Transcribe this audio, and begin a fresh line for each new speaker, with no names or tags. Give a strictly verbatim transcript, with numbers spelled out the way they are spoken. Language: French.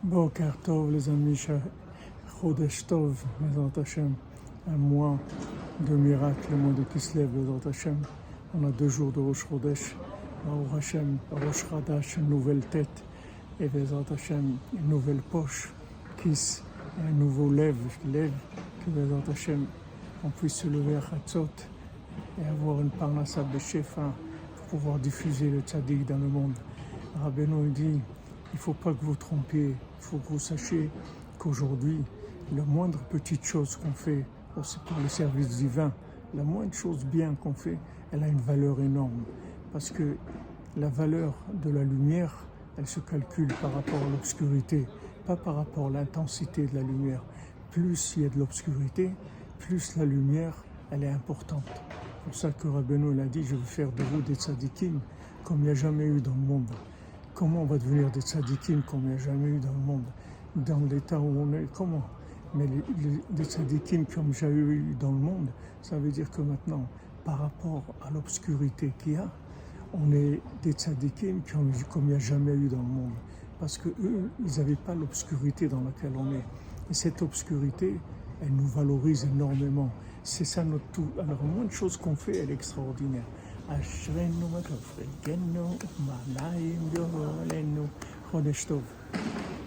Boker Tov, les amis, Chodesh Tov, Bezrat Hashem, un mois de miracle, le mois de Kislev, Bezrat Hashem. On a deux jours de Rosh Chodesh, Baruch Hashem, Rosh Chadash, une nouvelle tête, et Bezrat Hashem, une nouvelle poche, Kis, un nouveau lève, lève, que Bezrat Hashem, on puisse se lever à Chatzot et avoir une parnassa Beshefa pour pouvoir diffuser le tzaddik dans le monde. Rabbeinu dit, il ne faut pas que vous trompiez, il faut que vous sachiez qu'aujourd'hui, la moindre petite chose qu'on fait, c'est pour le service divin, la moindre chose bien qu'on fait, elle a une valeur énorme. Parce que la valeur de la lumière, elle se calcule par rapport à l'obscurité, pas par rapport à l'intensité de la lumière. Plus il y a de l'obscurité, plus la lumière, elle est importante. C'est pour ça que Rabbeinu l'a dit, je veux faire de vous des tzadikim comme il n'y a jamais eu dans le monde. Comment on va devenir des tzadikim comme il n'y a jamais eu dans le monde? Dans l'état où on est, comment? Mais les, les, les tzadikim comme j'ai eu dans le monde, ça veut dire que maintenant, par rapport à l'obscurité qu'il y a, on est des tzadikim comme, comme il n'y a jamais eu dans le monde. Parce que eux, ils n'avaient pas l'obscurité dans laquelle on est. Et cette obscurité, elle nous valorise énormément. C'est ça notre tout. Alors, moins de choses qu'on fait, elle est extraordinaire. Ashrenu ma tov, Elkenu, Manayim Yorolenu, Chodesh Tov.